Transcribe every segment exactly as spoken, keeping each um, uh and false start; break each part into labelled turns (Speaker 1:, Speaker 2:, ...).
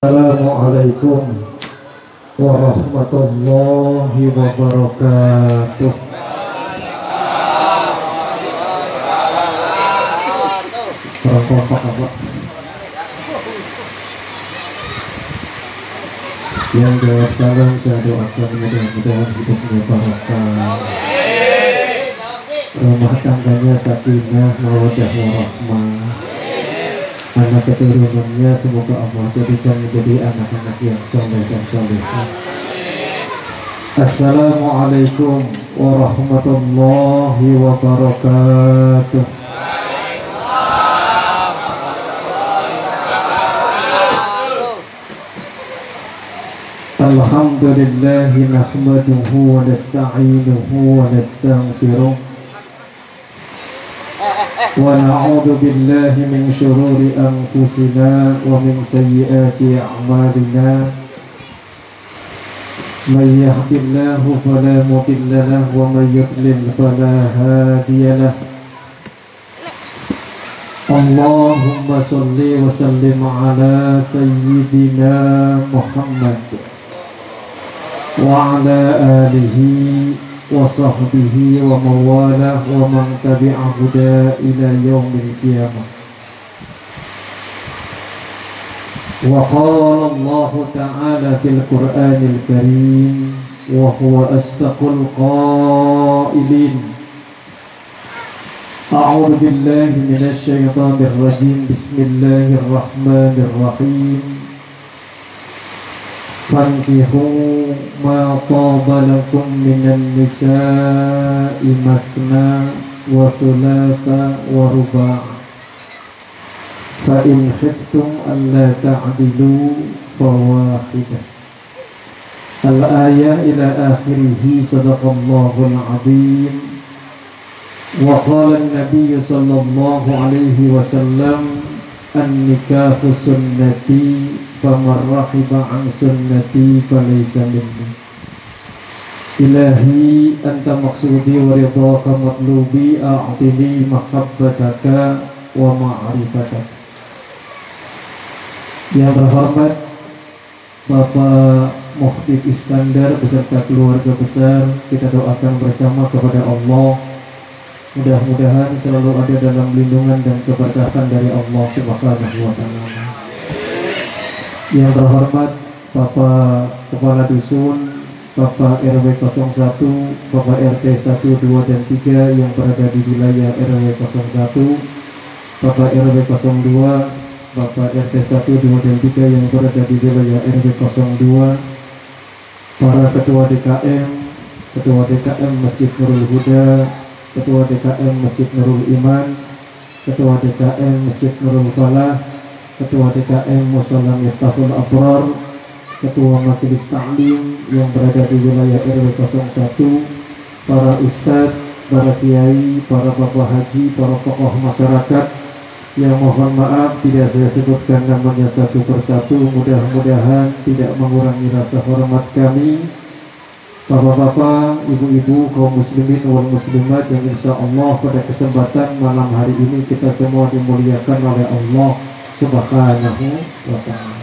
Speaker 1: Assalamualaikum warahmatullahi wabarakatuh. Kurang kompak apa? Yang jawab salam saya doakan mudah-mudahan hidupnya barokah, rumah tangganya sakinah mawaddah warahmah, anak keturunannya semoga Allah jadikan menjadi anak-anak yang soleh dan solehah. Assalamualaikum warahmatullahi wabarakatuh. Alhamdulillahi nahmaduhu wa nasta'inuhu wa nastaghfiruh wa na'udzu billahi min shururi anfusina wa min sayyiati a'malina. May yahdihillahu fala mudilla lahu wa may yudlil fala hadiya lahu. Allahumma shalli wa sallim ala sayyidina Muhammad wa ala alihi wa sahbihi wa mawalah wa man tabi'a huda ila yaumil qiyamah. Wa qala Allah ta'ala fil Qur'anil Karim wa huwa asdaqul qailin. A'udzu billahi minasy syaithanir rajim. Bismillahirrahmanirrahim. Fankihu ma taba lakum minan nisa'i mathna wa thulatha wa ruba' fa in khiftum alla ta'dilu fawahidah. Al-ayah ila akhirih. Sadaqallahul azim. Wa qala an-nabiy sallallahu alaihi wasallam an-nikahu sunnati faman rahiba an sunnati falaysa minni. Ilahi anta maksudi wa ridhaka matlubi, a'tini mahabbataka wa ma'rifataka. Yang terhormat Bapak Mufti Iskandar beserta keluarga besar, kita doakan bersama kepada Allah, mudah-mudahan selalu ada dalam lindungan dan keberkahan dari Allah Subhanahu wa ta'ala. Yang terhormat Bapak Kepala Dusun, Bapak R W nol satu, Bapak R T satu, dua, dan tiga yang berada di wilayah R W nol satu, Bapak R W nol dua, Bapak R T satu, dua, dan tiga yang berada di wilayah R W nol dua, para Ketua D K M, Ketua D K M Masjid Nurul Huda, Ketua D K M Masjid Nurul Iman, Ketua D K M Masjid Nurul Falah, Ketua D K M Musalla Miftahul Abrar, Ketua Majelis Ta'lim yang berada di wilayah R W nol satu, para ustadz, para kiai, para bapak haji, para tokoh masyarakat yang mohon maaf tidak saya sebutkan namanya satu persatu, mudah-mudahan tidak mengurangi rasa hormat kami. Bapak-bapak, ibu-ibu, kaum muslimin wal muslimat yang insya Allah pada kesempatan malam hari ini kita semua dimuliakan oleh Allah Subhanahu wa ta'ala.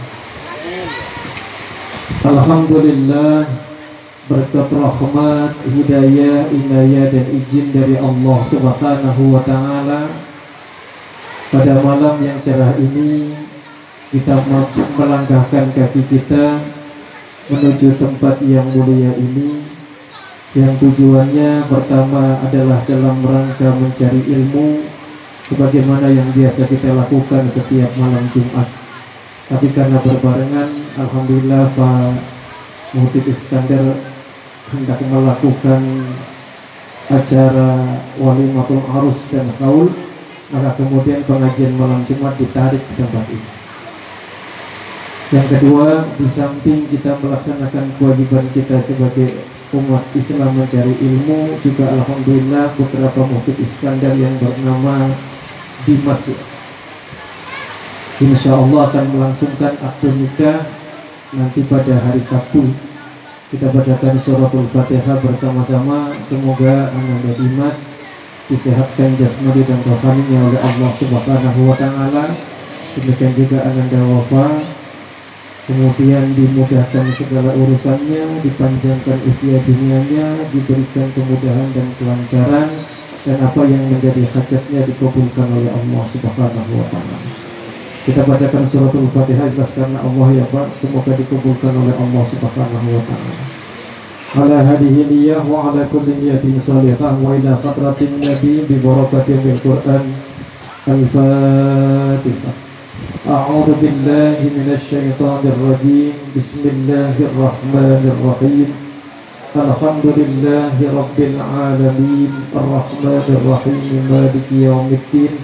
Speaker 1: Alhamdulillah, berkat rahmat, hidayah, inayah, dan izin dari Allah Subhanahu wa ta'ala, pada malam yang cerah ini kita mampu melangkahkan kaki kita menuju tempat yang mulia ini, yang tujuannya pertama adalah dalam rangka mencari ilmu sebagaimana yang biasa kita lakukan setiap malam Jumat. Tapi karena berbarengan, alhamdulillah Pak Mufti Iskandar hendak melakukan acara walimatul arus dan haul, maka kemudian pengajian malam Jumat ditarik ke tempat ini. Yang kedua, di samping kita melaksanakan kewajiban kita sebagai umat Islam mencari ilmu, juga alhamdulillah putra Pak Mufti Iskandar yang bernama Dimas insya Allah akan melangsungkan akad nikah nanti pada hari Sabtu. Kita bacakan suratul Fatihah bersama-sama. Semoga Ananda Dimas disehatkan jasmani dan rohaninya oleh Allah Subhanahu wa ta'ala. Demikian juga Ananda Wafa kemudian dimudahkan segala urusannya, dipanjangkan usia dunianya, diberikan kemudahan dan kelancaran, dan apa yang menjadi hajatnya dikabulkan oleh Allah Subhanahu wa Ta'ala. Kita bacakan suratul Fatihah ikhlas karena Allah ya Pak, semoga dikabulkan oleh Allah Subhanahu wa Ta'ala. Ala hadihi niyah wa ala kulli niyatin salihah wa ila khatratin nabi bi barakatil Qur'an. Al-Fatihah. A'udzu billahi minasy syaithanir rajim. Bismillahir rahmanir rahim. Alhamdulillahi rabbil alamin. Arrahmanir rahim. Maliki yaumiddin.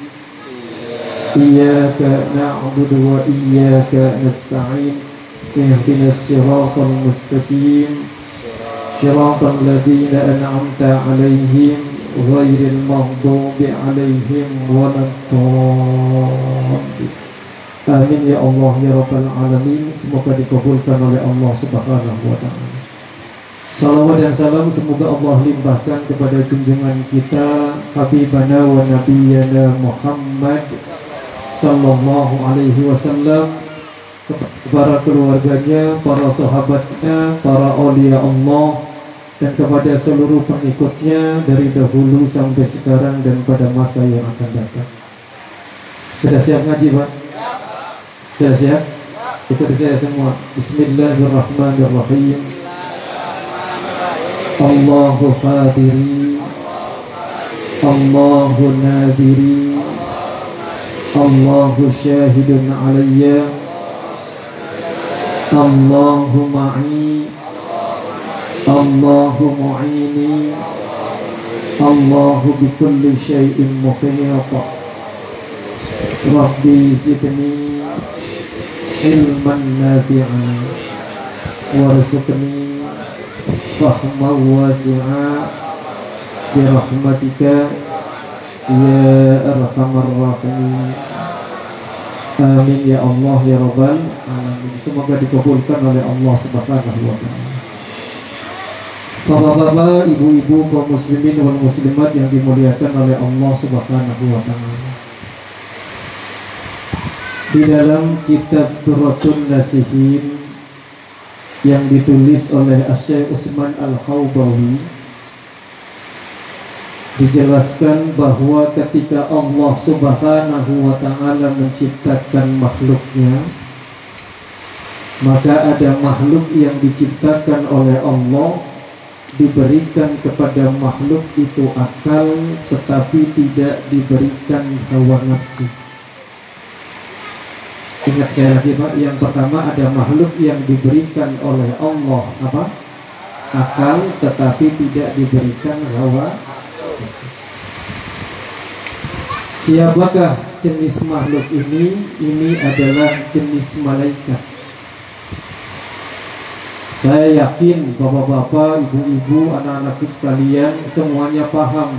Speaker 1: Iyyaka na'budu wa iyyaka nasta'in. Ihdinas siratal mustaqim. Shiratal ladzina an'amta 'alaihim ghairil maghdubi 'alaihim waladdallin. Amin ya Allah ya Rabbal alamin. Semoga dikabulkan oleh Allah Subhanahu wa Ta'ala. Salawat dan salam semoga Allah limpahkan kepada junjungan kita Habibana wa Nabiyyana Muhammad sallallahu alaihi wasallam, kepada keluarganya, para sahabatnya, para aulia Allah, dan kepada seluruh pengikutnya dari dahulu sampai sekarang dan pada masa yang akan datang. Sudah siap ngaji Pak? Sudah siap? Ikuti saya semua. Bismillahirrahmanirrahim. Allahu hadiri, Allahu nadiri, Allahu syahidun alayya, Allahu ma'i, Allahu mu'ini, Allahu bikulli syai'in muhita. Rabbi zidni ilman nafi'an warzuqni fahman wasi'a birahmatika ya arhamar rahimin. Amin ya Allah ya Rabbal alamin. Semoga dikabulkan oleh Allah Subhanahu wa Ta'ala. Bapak-bapak, ibu-ibu, kaum muslimin wal muslimat yang dimuliakan oleh Allah Subhanahu wa Ta'ala. Di dalam kitab Durratun Nasihin yang ditulis oleh Asy-Syaikh Utsman Al-Khawbawi, dijelaskan bahwa ketika Allah Subhanahu wa Ta'ala menciptakan makhluknya, maka ada makhluk yang diciptakan oleh Allah, diberikan kepada makhluk itu akal, tetapi tidak diberikan hawa nafsu. Ingat sekali lagi Pak, yang pertama ada makhluk yang diberikan oleh Allah apa? Akal, tetapi tidak diberikan hawa nafsu. Siapakah jenis makhluk ini? Ini adalah jenis malaikat. Saya yakin bapak-bapak, ibu-ibu, anak-anakku sekalian semuanya paham.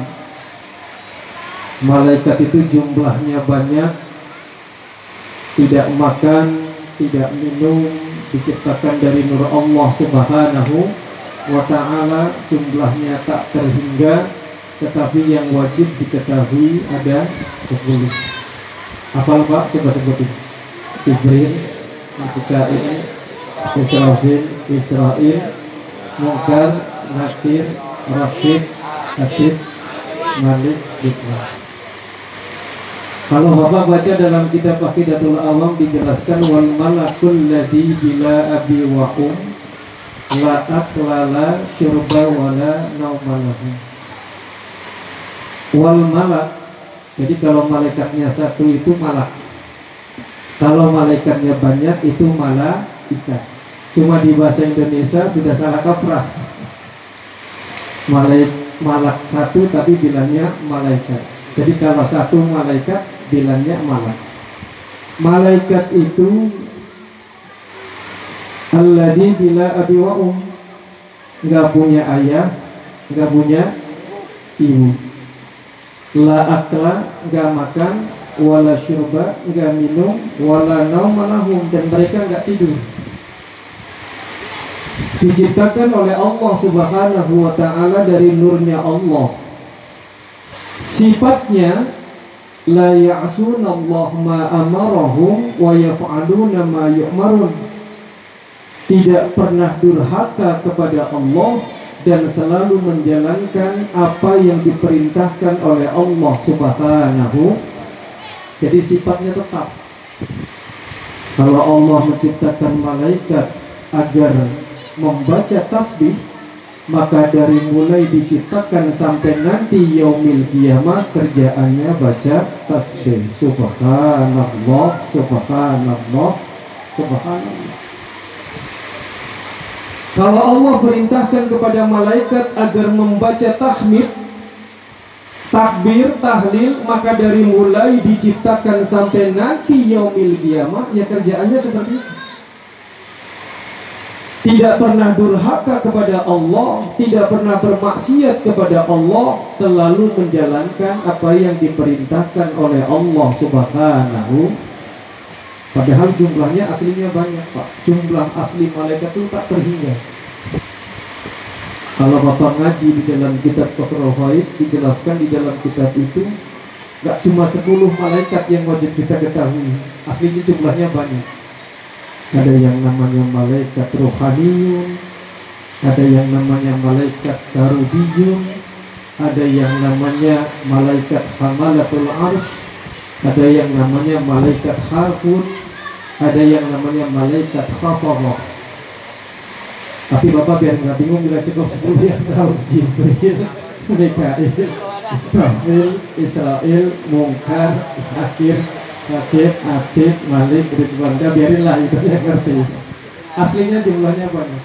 Speaker 1: Malaikat itu jumlahnya banyak, tidak makan, tidak minum, diciptakan dari nur Allah Subhanahu wa Ta'ala, jumlahnya tak terhingga, tetapi yang wajib diketahui ada sepuluh. Hafal Pak? Coba sebutin. Jibril, Mikail, Israfil, Israil, Munkar, Nakir, Raqib, Atid, Malik, Hikmah. Kalau Bapak baca dalam kitab Aqidatul Awam dijelaskan wal malakul ladzi bila abi wa um la aklala syurba wala naumalahu. Wal malak, jadi kalau malaikatnya satu itu malak, kalau malaikatnya banyak itu malaikat. Cuma di bahasa Indonesia sudah salah kaprah. Malaik malak satu tapi bilangnya malaikat. Jadi kalau satu malaikat bilangnya malak. Malaikat itu alladzi bila abi wa um, enggak punya ayah, enggak punya ibu. La akla, enggak makan, wala syurba, enggak minum, wala naumalahum, dan mereka enggak tidur. Diciptakan oleh Allah Subhanahu wa Ta'ala dari nurnya Allah. Sifatnya la ya'sunallaha ma amarahum wa yaf'aluna ma yu'marun. tidak pernah durhaka kepada Allah, dan selalu menjalankan apa yang diperintahkan oleh Allah Subhanahu. Jadi sifatnya tetap. Kalau Allah menciptakan malaikat agar membaca tasbih, maka dari mulai diciptakan sampai nanti yaumil qiyamah kerjaannya baca tasbih. Subhanallah, subhanallah, subhanallah. Kalau Allah perintahkan kepada malaikat agar membaca tahmid, takbir, tahlil, maka dari mulai diciptakan sampai nanti yaumil qiyamah ya kerjaannya seperti itu. Tidak pernah durhaka kepada Allah, tidak pernah bermaksiat kepada Allah, selalu menjalankan apa yang diperintahkan oleh Allah Subhanahu. Padahal jumlahnya aslinya banyak, Pak. Jumlah asli malaikat itu tak terhingga. Kalau Bapak ngaji di dalam kitab Fathul Faiz, dijelaskan di dalam kitab itu gak cuma sepuluh malaikat yang wajib kita ketahui, aslinya jumlahnya banyak. Ada yang namanya malaikat rohaniyun, ada yang namanya malaikat karubiyun, ada yang namanya malaikat hamalatul arsh, ada yang namanya malaikat harfun, ada yang namanya malaikat khafawah. Tapi Bapak biar nggak bingung, bila cukup sepuluh yang tahu: Jibril, Mikail, Israfil, Israel, Munkar, Nakir, Nakir, Atid, Malik, Ridwan. Dah biarinlah itu yang ngerti. Aslinya jumlahnya banyak.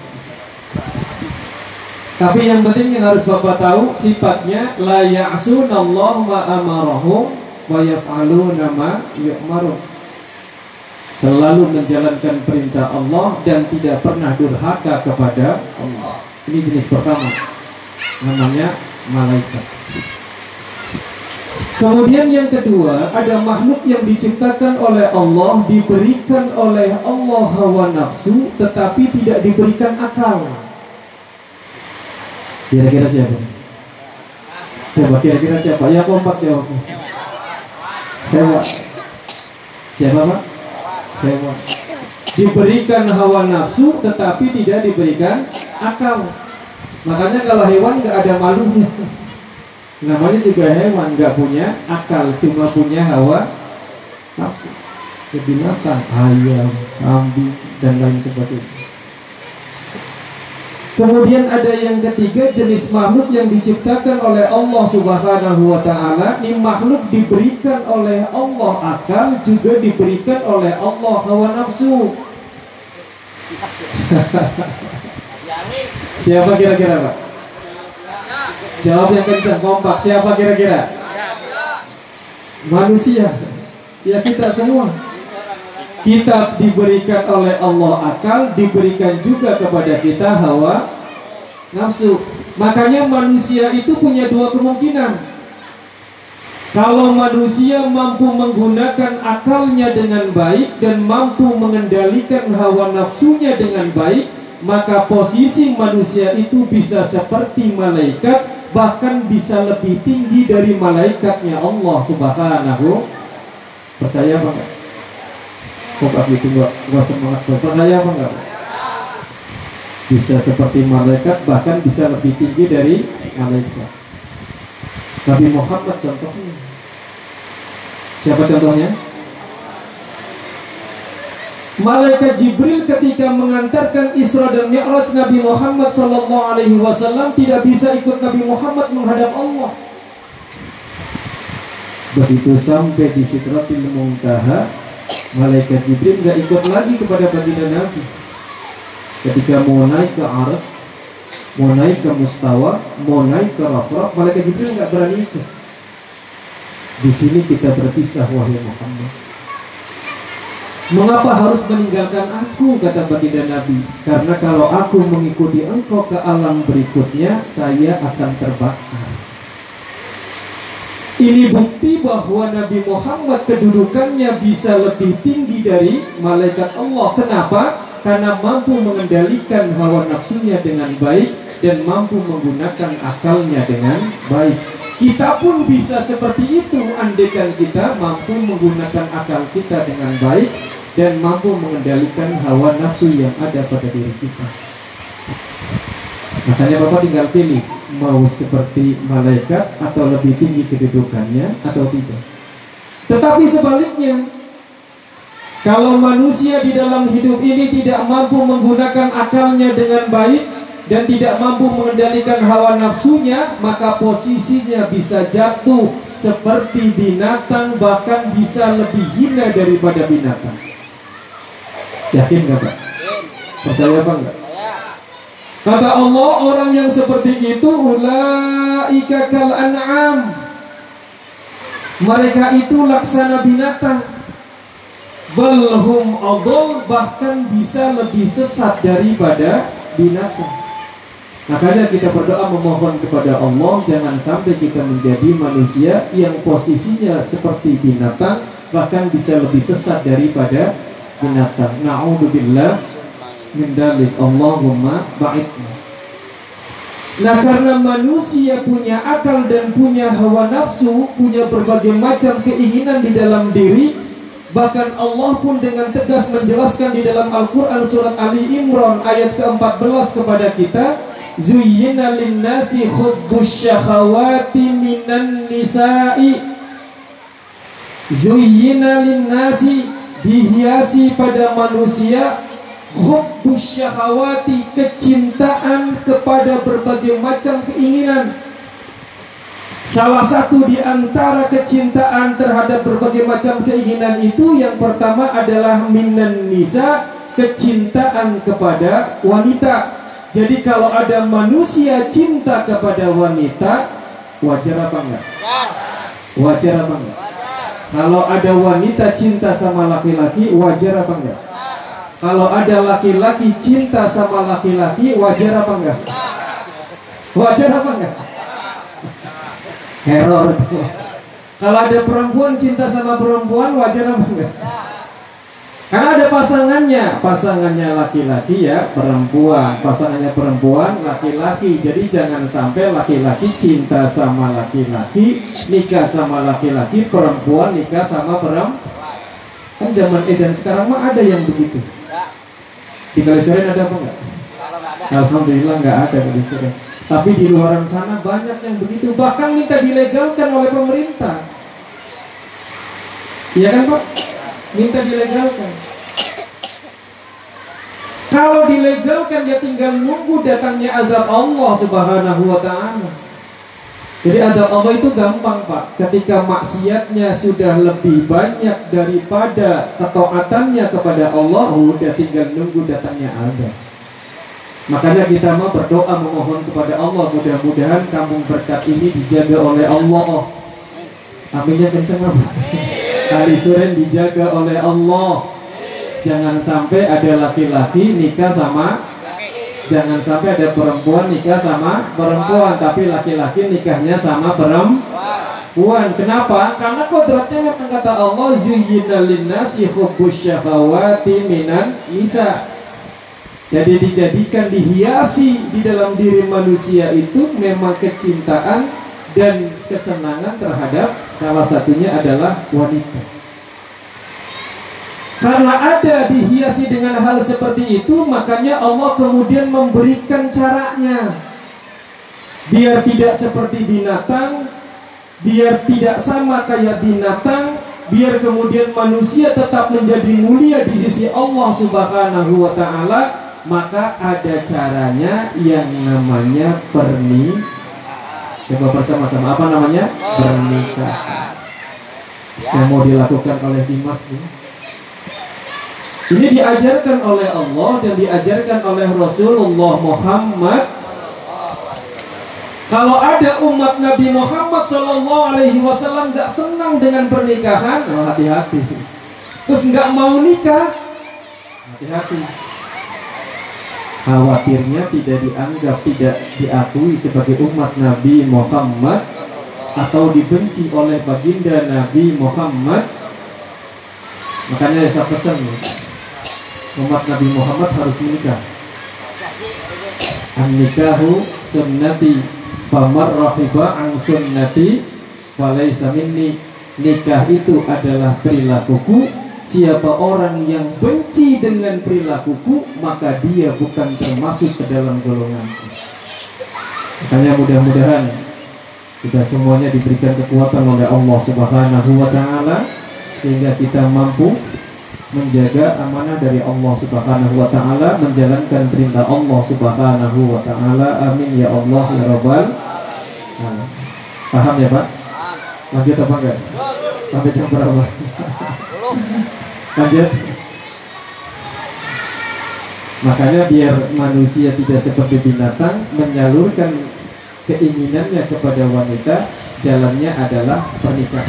Speaker 1: Tapi yang penting yang harus Bapak tahu sifatnya la ya'sunallahu ma amarahum wa yaf'aluna ma yu'marun. Selalu menjalankan perintah Allah dan tidak pernah durhaka kepada Allah. Ini jenis pertama, namanya malaikat. Kemudian yang kedua, ada makhluk yang diciptakan oleh Allah, diberikan oleh Allah hawa nafsu, tetapi tidak diberikan akal. Kira-kira siapa? Coba kira-kira siapa? Ya kompak jawabnya. Hewan. Siapa Pak? Hewan. Diberikan hawa nafsu tetapi tidak diberikan akal. Makanya kalau hewan nggak ada malunya. Namanya juga hewan, nggak punya akal, cuma punya hawa nafsu. Binatang, ayam, kambing, dan lain sebagainya. Kemudian ada yang ketiga, jenis makhluk yang diciptakan oleh Allah Subhanahu wa ta'ala. Ini makhluk diberikan oleh Allah akal, juga diberikan oleh Allah hawa nafsu. Siapa kira-kira Pak? Jawab yang kencang, kompak. Siapa kira-kira? Manusia. Ya kita semua. Kita diberikan oleh Allah akal, diberikan juga kepada kita hawa nafsu. Makanya manusia itu punya dua kemungkinan. Kalau manusia mampu menggunakan akalnya dengan baik dan mampu mengendalikan hawa nafsunya dengan baik, maka posisi manusia itu bisa seperti malaikat, bahkan bisa lebih tinggi dari malaikatnya Allah Subhanahu. Percaya apa enggak? Kok gitu gak, gak semangat? Percaya apa enggak? Bisa seperti malaikat, bahkan bisa lebih tinggi dari malaikat. Nabi Muhammad contohnya. Siapa contohnya? Malaikat Jibril ketika mengantarkan Isra dan Mi'raj Nabi Muhammad shallallahu alaihi wasallam tidak bisa ikut Nabi Muhammad menghadap Allah. Begitu sampai di Sidratil Muntaha, Malaikat Jibril nggak ikut lagi kepada baginda Nabi. Ketika mau naik ke Arsy, mau naik ke Mustawa, mau naik ke Rafraf, Malaikat Jibril nggak berani ikut. Di sini kita berpisah, wahai Muhammad. Mengapa harus meninggalkan aku, kata baginda Nabi? Karena kalau aku mengikuti engkau ke alam berikutnya, saya akan terbakar. Ini bukti bahwa Nabi Muhammad kedudukannya bisa lebih tinggi dari malaikat Allah. Kenapa? Karena mampu mengendalikan hawa nafsunya dengan baik dan mampu menggunakan akalnya dengan baik. Kita pun bisa seperti itu andaikan kita mampu menggunakan akal kita dengan baik dan mampu mengendalikan hawa nafsu yang ada pada diri kita. Makanya Bapak tinggal pilih mau seperti malaikat atau lebih tinggi kedudukannya atau tidak. Tetapi sebaliknya, kalau manusia di dalam hidup ini tidak mampu menggunakan akalnya dengan baik dan tidak mampu mengendalikan hawa nafsunya, maka posisinya bisa jatuh seperti binatang, bahkan bisa lebih hina daripada binatang. Yakin gak Pak? Percaya apa enggak? Kata Allah, orang yang seperti itu ulaika kal an'am, mereka itu laksana binatang, balhum adol, bahkan bisa lebih sesat daripada binatang. Makanya kita berdoa memohon kepada Allah, jangan sampai kita menjadi manusia yang posisinya seperti binatang, bahkan bisa lebih sesat daripada binatang. Na'udzubillah min dzalik. Allahumma ba'idna. Nah, karena manusia punya akal dan punya hawa nafsu, punya berbagai macam keinginan di dalam diri, bahkan Allah pun dengan tegas menjelaskan di dalam Al-Quran surat Ali Imran ayat ke empat belas kepada kita, zuyyina linnasi hubbus syahawati minan nisa'i. Zuyyina linnasi, dihiasi pada manusia, hubbus syahawati, kecintaan kepada berbagai macam keinginan. Salah satu di antara kecintaan terhadap berbagai macam keinginan itu, yang pertama adalah minan nisa, kecintaan kepada wanita. Jadi kalau ada manusia cinta kepada wanita, wajar apa enggak? Wajar apa enggak? Kalau ada wanita cinta sama laki-laki, wajar apa enggak? Kalau ada laki-laki cinta sama laki-laki, wajar apa enggak? Wajar apa enggak? Error. Kalau ada perempuan cinta sama perempuan, wajar apa enggak? Karena ada pasangannya, pasangannya laki-laki ya perempuan, pasangannya perempuan laki-laki. Jadi jangan sampai laki-laki cinta sama laki-laki, nikah sama laki-laki, perempuan nikah sama perempuan. Kan zaman edan sekarang mah ada yang begitu. Di Kalisaren ada apa enggak? Alhamdulillah enggak ada Kalisaren. Tapi di luar sana banyak yang begitu, bahkan minta dilegalkan oleh pemerintah. Iya kan Pak? Minta dilegalkan. Kalau dilegalkan, dia tinggal nunggu datangnya azab Allah Subhanahu wa ta'ala. Jadi azab Allah itu gampang Pak. Ketika maksiatnya sudah lebih banyak daripada ketaatannya kepada Allah, udah tinggal nunggu datangnya azab. Makanya kita mau berdoa memohon kepada Allah, mudah-mudahan kampung berkat ini dijaga oleh Allah. Aminnya kenceng apa? Kalisaren dijaga oleh Allah. Jangan sampai ada laki-laki nikah sama, jangan sampai ada perempuan nikah sama perempuan, tapi laki-laki nikahnya sama perempuan. Kenapa? Karena kodratnya memang kata Allah, zuyyina linnasi hubbus syahawati minan nisa. Jadi dijadikan, dihiasi di dalam diri manusia itu memang kecintaan dan kesenangan terhadap salah satunya adalah wanita. Karena ada dihiasi dengan hal seperti itu, makanya Allah kemudian memberikan caranya biar tidak seperti binatang, biar tidak sama kayak binatang, biar kemudian manusia tetap menjadi mulia di sisi Allah Subhanahu wa ta'ala. Maka ada caranya yang namanya pernikahan. Coba bersama-sama, apa namanya? Pernikahan. Yang mau dilakukan oleh Dimas nih. Ini diajarkan oleh Allah dan diajarkan oleh Rasulullah Muhammad. Kalau ada umat Nabi Muhammad Shallallahu Alaihi Wasallam gak senang dengan pernikahan, oh hati-hati. Terus gak mau nikah, hati-hati. Khawatirnya tidak dianggap, tidak diakui sebagai umat Nabi Muhammad, atau dibenci oleh baginda Nabi Muhammad. Makanya saya pesan ya, umat Nabi Muhammad harus menikah. An-nikahu sunnati famar rahiba an sunnati falaysa minni. Nikah itu adalah perilakuku, siapa orang yang benci dengan perilakuku, maka dia bukan termasuk ke dalam golonganku. Makanya mudah-mudahan kita semuanya diberikan kekuatan oleh Allah Subhanahu wa Ta'ala, sehingga kita mampu menjaga amanah dari Allah Subhanahu wa Ta'ala, menjalankan perintah Allah Subhanahu wa Ta'ala. Amin ya Allah ya Rabbal alamin. Paham ya Pak? Lanjut apa enggak? Sampai jam berapa? Lanjut. Makanya biar manusia tidak seperti binatang, menyalurkan keinginannya kepada wanita, jalannya adalah pernikahan.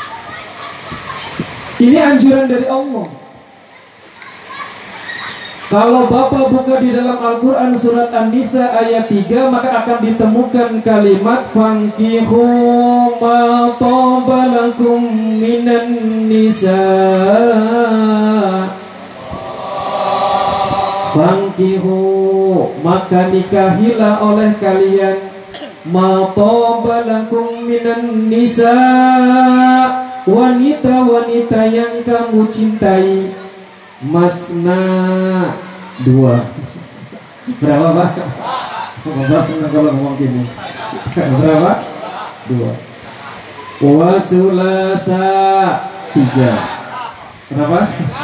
Speaker 1: Ini anjuran dari Allah. Kalau Bapak buka di dalam Al-Quran surat An-Nisa ayat tiga, maka akan ditemukan kalimat fankihu ma taba lakum minan nisa. Fankihu, maka nikahilah oleh kalian ma taba lakum minan nisa, wanita-wanita yang kamu cintai. Masna, dua. Berapa Pak? Bapak senang kalau ngomong gini. Berapa? Dua. Wasulasa, tiga. Berapa?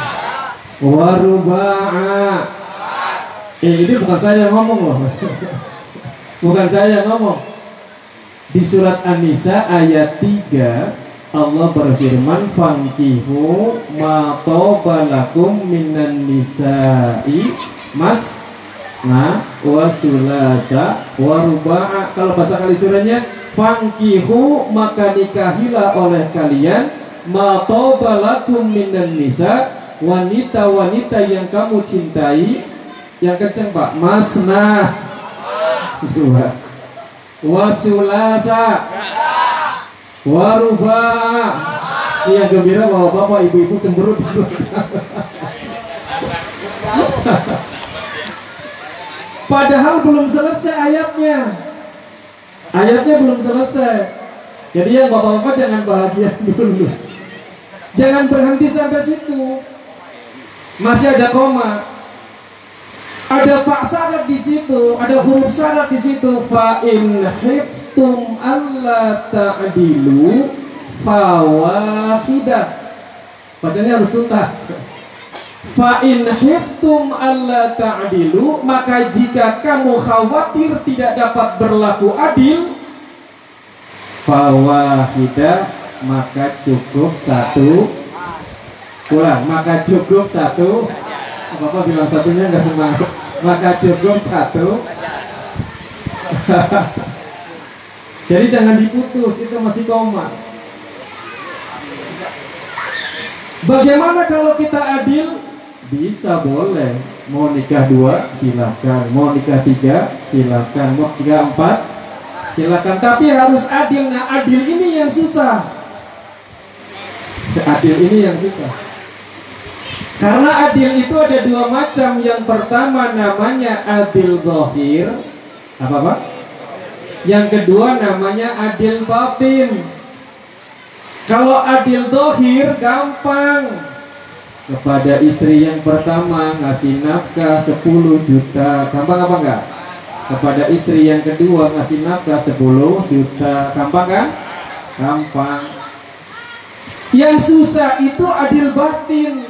Speaker 1: Waruba'a. Eh, ini bukan saya yang ngomong loh. Bukan saya yang ngomong. Di surat An-Nisa ayat tiga, Allah berfirman fankihu ma taba lakum minan nisa'i masna wa sulasa wa ruba'a. Kalau bahasa kali surahnya fankihu, maka nikahilah oleh kalian ma taba lakum minan nisa, wanita-wanita yang kamu cintai. Yang kenceng Pak, masna, dua, wa sulasa, waruba. Iya, gembira bahwa bapak ibu-ibu cemberut. Padahal belum selesai ayatnya. Ayatnya belum selesai. Jadi ya bapak-bapak jangan bahagia dulu. Jangan berhenti sampai situ. Masih ada koma. Ada fa syarat di situ, ada huruf syarat di situ. Fa in khiftum alla ta'dilu fawahidah. Bacanya harus tuntas. Fa in khiftum alla ta'dilu, maka jika kamu khawatir tidak dapat berlaku adil, fawahidah, maka cukup satu. Ulang, maka cukup satu. Bapak bilang satunya nggak semangat. Maka cukup satu. Jadi jangan diputus, itu masih koma. Bagaimana kalau kita adil? Bisa, boleh. Mau nikah dua, silakan. Mau nikah tiga, silakan. Mau tiga empat, silakan. Tapi harus adil. Nah, adil ini yang susah. Adil ini yang susah. Karena adil itu ada dua macam. Yang pertama namanya adil zahir. Apa Pak? Yang kedua namanya adil batin. Kalau adil zahir gampang. Kepada istri yang pertama ngasih nafkah sepuluh juta. Gampang apa enggak? Kepada istri yang kedua ngasih nafkah sepuluh juta. Gampang kan? Gampang. Yang susah itu adil batin.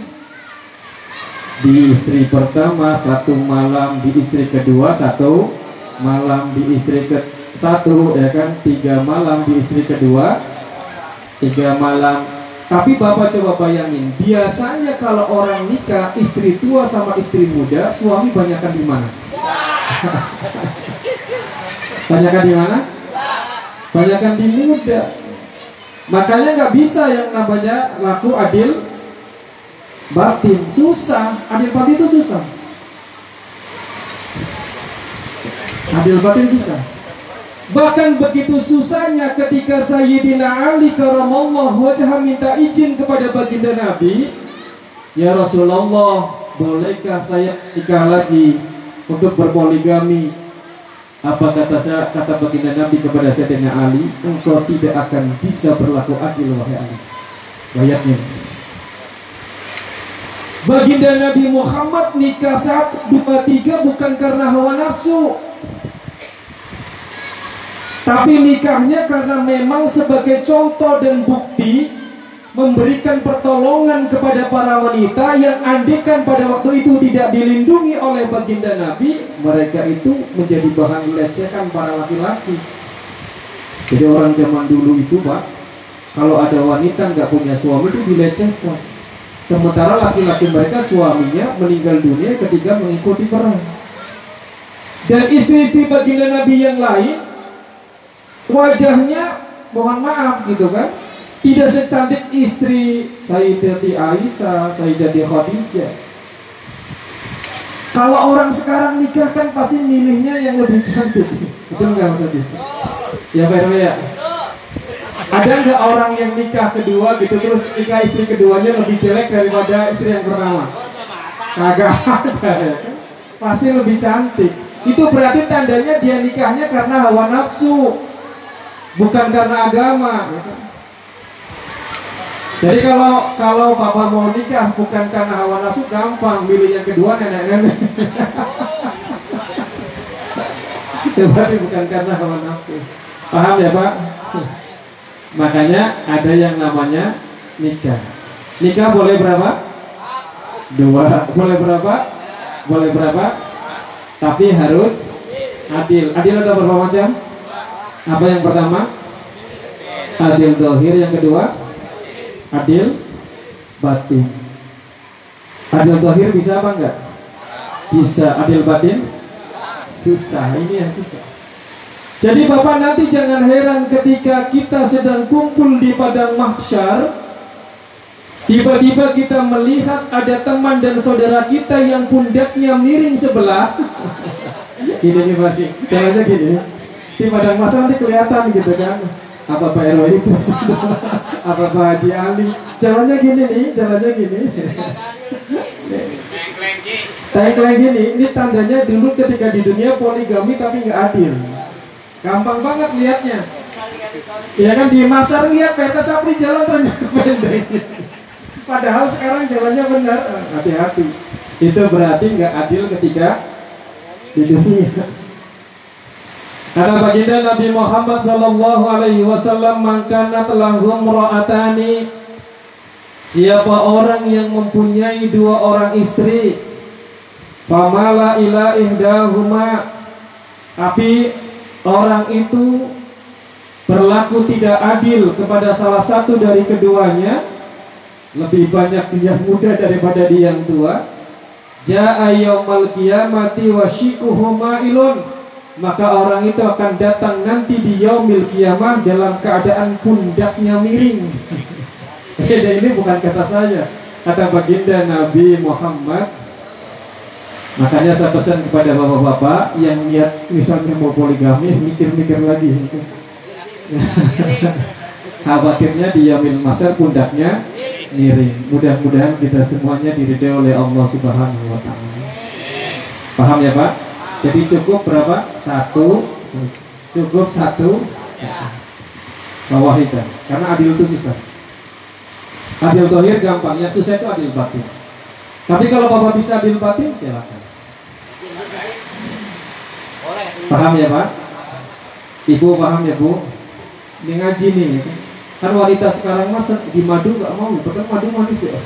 Speaker 1: Di istri pertama satu malam, di istri kedua satu malam, di istri ke satu, ya kan, tiga malam di istri kedua, tiga malam. Tapi Bapak coba bayangin, biasanya kalau orang nikah istri tua sama istri muda, suami banyakkan di mana? Banyakkan di mana? Banyakkan di muda. Makanya nggak bisa yang namanya laku adil batin, susah. Adil batin itu susah. Adil batin susah. Bahkan begitu susahnya ketika Sayyidina Ali karamallahu wajhah minta izin kepada baginda Nabi, ya Rasulullah, bolehkah saya nikah lagi untuk berpoligami? Apa kata saya, kata baginda Nabi kepada Sayyidina Ali, engkau tidak akan bisa berlaku adil wahai Ali. Ayatnya.
Speaker 2: Baginda Nabi Muhammad nikah satu, dua, tiga bukan karena hawa nafsu, tapi nikahnya karena memang sebagai contoh dan bukti memberikan pertolongan kepada para wanita yang andekan pada waktu itu tidak dilindungi oleh baginda Nabi, mereka itu menjadi bahan lecehkan para laki-laki. Jadi orang zaman dulu itu Pak, kalau ada wanita nggak punya suami itu dilecehkan. Sementara laki-laki mereka suaminya meninggal dunia ketika mengikuti perang. Dan istri-istri baginda Nabi yang lain wajahnya mohon maaf gitu kan, tidak secantik istri Sayyidati Aisyah, Sayyidati Khadijah. Kalau orang sekarang nikah kan pasti milihnya yang lebih cantik. Itu enggak Mas Haji? Ya Pak R W ya. Ada nggak orang yang nikah kedua gitu terus nikah istri keduanya lebih jelek daripada istri yang pertama? Kagak ada ya kan? Pasti lebih cantik. Itu berarti tandanya dia nikahnya karena hawa nafsu, bukan karena agama. Jadi kalau kalau papa mau nikah bukan karena hawa nafsu gampang, milih yang kedua nenek-nenek. Itu berarti bukan karena hawa nafsu. Paham ya Pak? Makanya ada yang namanya nikah. Nikah boleh berapa? Dua. Boleh berapa? Boleh berapa? Tapi harus adil. Adil ada berapa macam? Apa yang pertama? Adil zahir. Yang kedua? Adil batin. Adil zahir bisa apa enggak? Bisa. Adil batin? Susah. Ini yang susah. Jadi Bapak nanti jangan heran ketika kita sedang kumpul di padang mahsyar, tiba-tiba kita melihat ada teman dan saudara kita yang pundaknya miring sebelah. Gini nih Pak, caranya gini. Di padang mahsyar nanti kelihatan gitu kan. Apa Pak R W itu? Apa Pak Haji Ali? Jalannya gini nih, jalannya gini. Tengkleng gini, ini tandanya dulu ketika di dunia poligami tapi nggak adil. Gampang banget lihatnya. Ya kan di Masar lihat P T Sapri jalan ternyata pendek. Padahal sekarang jalannya benar. Hati-hati. Itu berarti nggak adil ketika di dunia. Kata baginda Nabi Muhammad Sallallahu Alaihi Wasallam, "Mangkana telahum ro'atani." Siapa orang yang mempunyai dua orang istri, famala ila ihdahuma, tapi orang itu berlaku tidak adil kepada salah satu dari keduanya, lebih banyak dia yang muda daripada dia yang tua, ja'a yaumal qiyamati wa shikuhu ma'ilun, maka orang itu akan datang nanti di yaumil qiyamah dalam keadaan pundaknya miring. Ini bukan kata saya, kata baginda Nabi Muhammad. Makanya saya pesan kepada bapak-bapak yang niat misalnya mau poligami, mikir-mikir lagi. Khawatirnya di yaumil mahsyar pundaknya miring. Mudah-mudahan kita semuanya diridai oleh Allah Subhanahu wa taala. Paham ya Pak? Jadi cukup berapa? Satu. Cukup satu. Bawahidan. Karena adil itu susah. Adil zahir gampang, yang susah itu adil batin. Tapi kalau Bapak bisa adil batin, silakan. Paham ya Pak? Ibu paham ya Bu? Ini ngaji nih ya. Kan wanita sekarang mas di madu gak mau, bahkan madu manis ya.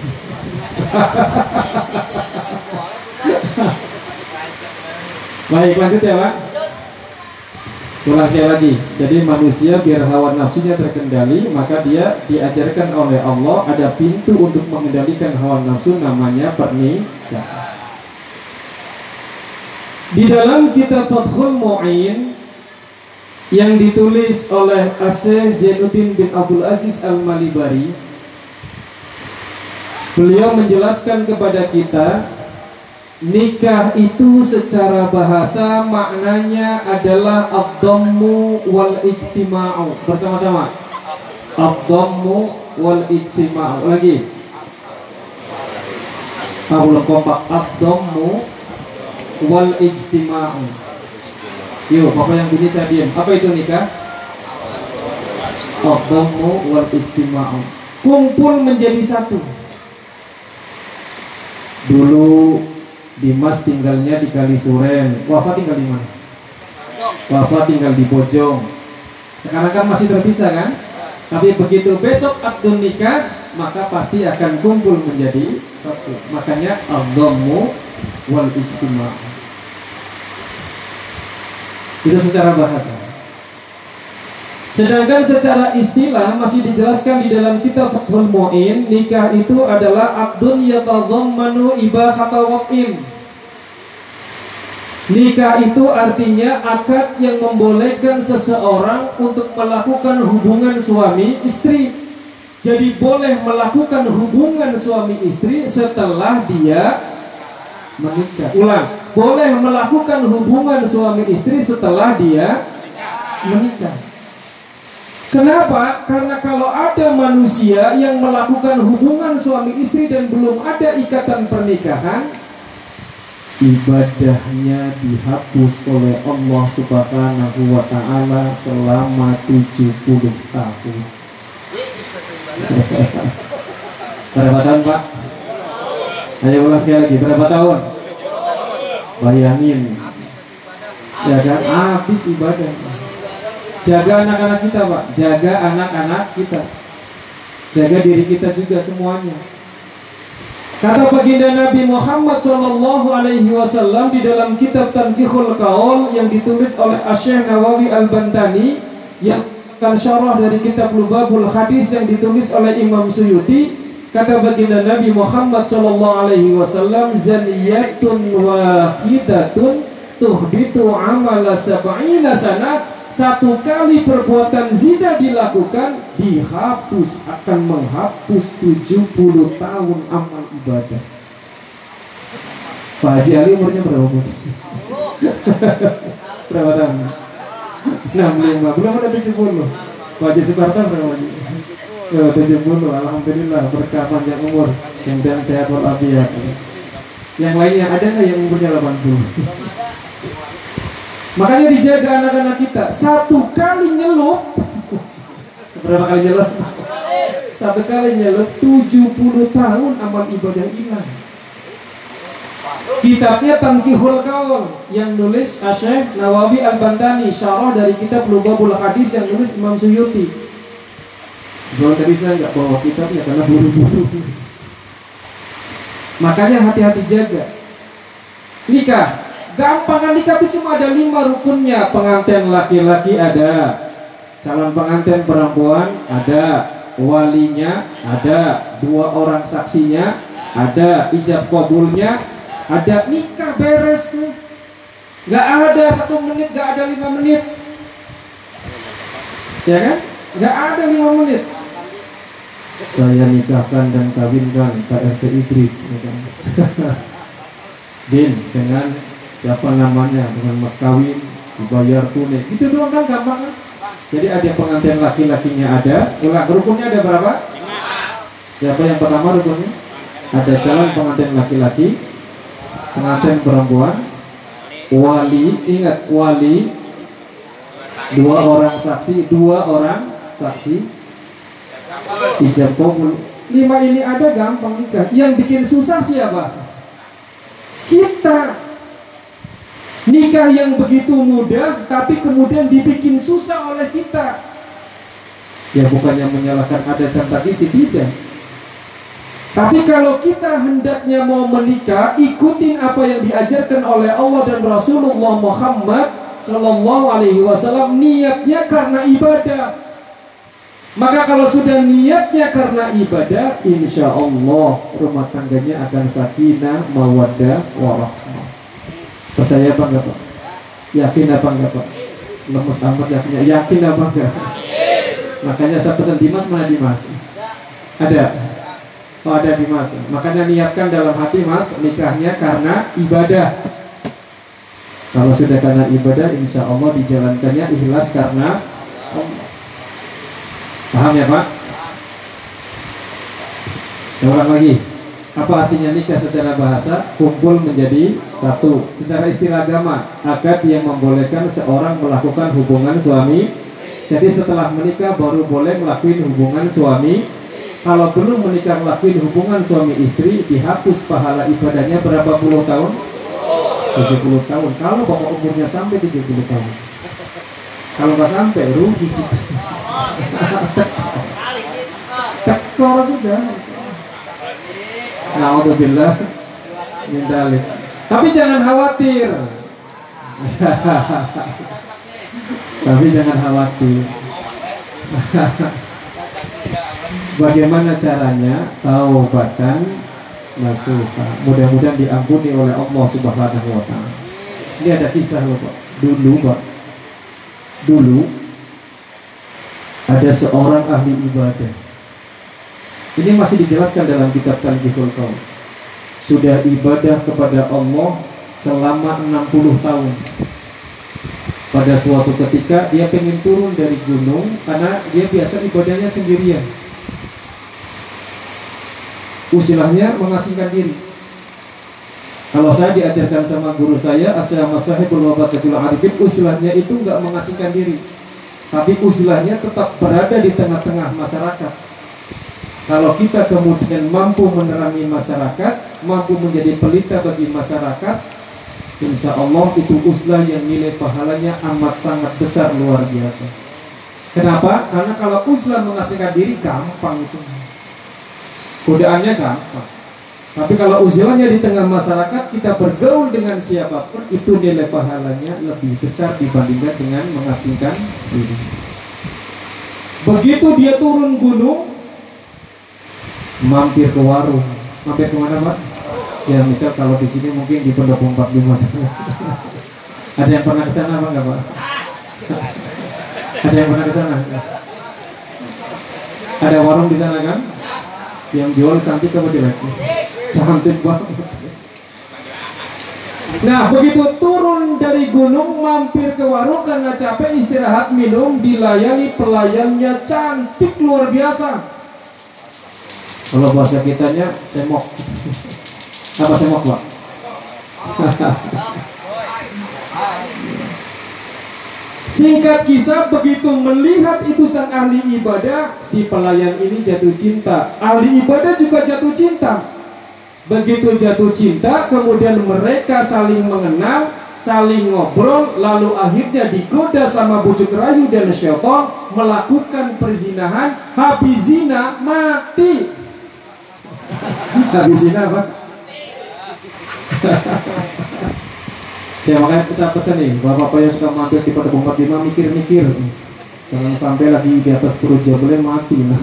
Speaker 2: Baik, lanjut ya Pak. Ulang sekali lagi. Jadi manusia biar hawa nafsunya terkendali, maka dia diajarkan oleh Allah ada pintu untuk mengendalikan hawa nafsu, namanya pernikahan. Di dalam kitab Fathul Mu'in yang ditulis oleh Asy Zainuddin bin Abdul Aziz Al-Malibari, beliau menjelaskan kepada kita, nikah itu secara bahasa maknanya adalah ad-dhammu wal ijtima'u. Bersama-sama, ad-dhammu wal ijtima'u. Lagi Abul kompak, ad-dhammu wal ijtima'u. Yuk, Bapak yang bunyi saya diam. Apa itu nikah? Ad-dhammu wal ijtima'u. Kumpul menjadi satu.
Speaker 1: Dulu Dimas tinggalnya di Kalisuren, Wafa tinggal di mana? Wafa tinggal di Bojong. Sekarang kan masih terpisah kan? Tapi begitu besok akad nikah, maka pasti akan kumpul menjadi satu. Makanya ad-dhammu wal ijtima'. Itu secara bahasa. Sedangkan secara istilah masih dijelaskan di dalam kitab Fathul Mu'in, nikah itu adalah aqdun yatadhammanu ibahata waq'in. Nikah itu artinya akad yang membolehkan seseorang untuk melakukan hubungan suami istri. Jadi boleh melakukan hubungan suami istri setelah dia menikah. Ulang, boleh melakukan hubungan suami istri setelah dia menikah. Kenapa? Karena kalau ada manusia yang melakukan hubungan suami istri dan belum ada ikatan pernikahan, ibadahnya dihapus oleh Allah Subhanahu wa Ta'ala selama tujuh puluh tahun. Berapa tahun, Pak? Ayo ulang sekali lagi, berapa tahun? Bayangin, ya kan? Habis ibadah. Jaga anak-anak kita, Pak. Jaga anak-anak kita. Jaga diri kita juga semuanya. Kata baginda Nabi Muhammad shallallahu alaihi wasallam di dalam kitab Tanqihul Qaul yang ditulis oleh Asy-Syaikh Nawawi Al-Bantani, yang akan syarah dari kitab Lubabul Hadis yang ditulis oleh Imam Suyuti. Kata baginda Nabi Muhammad shallallahu alaihi wasallam, zaniyatun wahidatun tuhbitu amala sab'ina sanah. Satu kali perbuatan zina dilakukan, dihapus, akan menghapus tujuh puluh tahun amal ibadah. Pak Haji Ali umurnya berapa? Berapa tahun? enam puluh lima, belum ada tujuh puluh. Pak Haji Suparta berapa? Oh, tujuh puluh, alhamdulillah, berkah panjang umur dan sehat walafiat. Yang lainnya ada nggak yang umurnya delapan puluh? Makanya dijaga anak-anak kita. Satu kali nyelup, berapa kali nyelup? Satu kali nyelup tujuh puluh tahun amal ibadah hilang. Kitabnya Tanqihul Qaul yang nulis Asy-Syaikh Nawawi Al-Bantani, syarah dari kitab Lubabul Hadis yang nulis Imam Suyuti. Kalau tadi saya nggak bawa kitabnya karena buru-buru. Makanya hati-hati jaga. Nikah gampang, nikah itu cuma ada lima rukunnya. Pengantin laki-laki ada, calon pengantin perempuan ada, walinya ada, dua orang saksinya ada, ijab kabulnya ada, nikah beres tuh. Gak ada satu menit, gak ada lima menit, ya kan? Gak ada lima menit. Saya nikahkan dan kawinkan K R T Idris, ya kan? Din dengan siapa namanya, dengan mas kawin, dibayar tunai, itu doang kan, gampang kan? Jadi ada pengantin laki-lakinya ada. Ulang, rukunnya ada berapa? Siapa yang pertama rukunnya? Ada calon pengantin laki-laki, pengantin perempuan, wali, ingat wali, dua orang saksi, dua orang saksi, ijab kabul. Lima ini ada, gampang nikah. Yang bikin susah siapa? Kita. Nikah yang begitu mudah, tapi kemudian dibikin susah oleh kita. Ya bukannya menyalahkan adat dan tradisi, tidak. Tapi kalau kita hendaknya mau menikah, ikutin apa yang diajarkan oleh Allah dan Rasulullah Muhammad Sallallahu Alaihi Wasallam. Niatnya karena ibadah. Maka kalau sudah niatnya karena ibadah, insya Allah rumah tangganya akan sakinah, mawaddah, warahmah. Percaya apa enggak, Pak? Yakin apa enggak, Pak? Lemes amat yakinnya. Yakin apa enggak? Makanya saya pesan Dimas, mana Dimas? Ada? Oh ada Dimas. Makanya niatkan dalam hati, Mas, nikahnya karena ibadah. Kalau sudah karena ibadah, insya Allah dijalankannya ikhlas karena Allah. Paham ya, Pak? Seorang lagi. Apa artinya nikah secara bahasa? Kumpul menjadi satu. Secara istilah agama, akad yang membolehkan seorang melakukan hubungan suami. Jadi setelah menikah baru boleh melakukan hubungan suami
Speaker 2: kalau belum menikah lakuin hubungan suami istri, dihapus pahala ibadahnya berapa puluh tahun? tujuh puluh tahun. Kalau bapak umurnya sampai tujuh puluh tahun, kalau nggak sampai rugi kita. Tekor sudah. Na'udzubillah min dzalik. Tapi jangan khawatir. Tapi jangan khawatir. Bagaimana caranya? Taubatan nasuha. Mudah-mudahan diampuni oleh Allah Subhanahu wa taala. Ini ada kisah loh, Pak. Dulu, Pak. Dulu ada seorang ahli ibadah. Ini masih dijelaskan dalam kitab Tanbihul Qaul. Sudah ibadah kepada Allah selama enam puluh tahun. Pada suatu ketika dia pengen turun dari gunung karena dia biasa ibadahnya sendirian. Usilahnya mengasingkan diri. Kalau saya diajarkan sama guru saya, As-Syaikh Sahibul Wabatatul Arifin, usilahnya itu nggak mengasingkan diri, tapi usilahnya tetap berada di tengah-tengah masyarakat. Kalau kita kemudian mampu menerangi masyarakat, mampu menjadi pelita bagi masyarakat, insya Allah itu uzlah yang nilai pahalanya amat sangat besar, luar biasa. Kenapa? Karena kalau uzlah mengasingkan diri gampang itu, godaannya gampang. Tapi kalau uzlahnya di tengah masyarakat, kita bergaul dengan siapapun, itu nilai pahalanya lebih besar dibandingkan dengan mengasingkan diri. Begitu dia turun gunung, mampir ke warung. Mampir kemana, Pak? Ya misal kalau di sini mungkin di Pendopo empat puluh lima sana. Ada yang pernah ke sana apa enggak, Pak? Ada yang pernah ke sana? Ada warung di sana kan? Yang jual cantik apa jelek? Cantik banget. Nah, begitu turun dari gunung mampir ke warung karena capek istirahat minum, dilayani pelayannya cantik luar biasa. Kalau bahasa kitanya semok. Apa semok, Pak? Singkat kisah, begitu melihat itu sang ahli ibadah, si pelayan ini jatuh cinta. Ahli ibadah juga jatuh cinta. Begitu jatuh cinta, kemudian mereka saling mengenal, saling ngobrol, lalu akhirnya digoda sama bujuk rayu dan syaitan, melakukan perzinahan. Habis zina mati. Habis zina apa? Ya makanya pesan-pesan nih, bapak-bapak yang suka mampir di Pendopo empat puluh lima, mikir-mikir, jangan sampai lagi di atas perut jabulnya mati. Nah,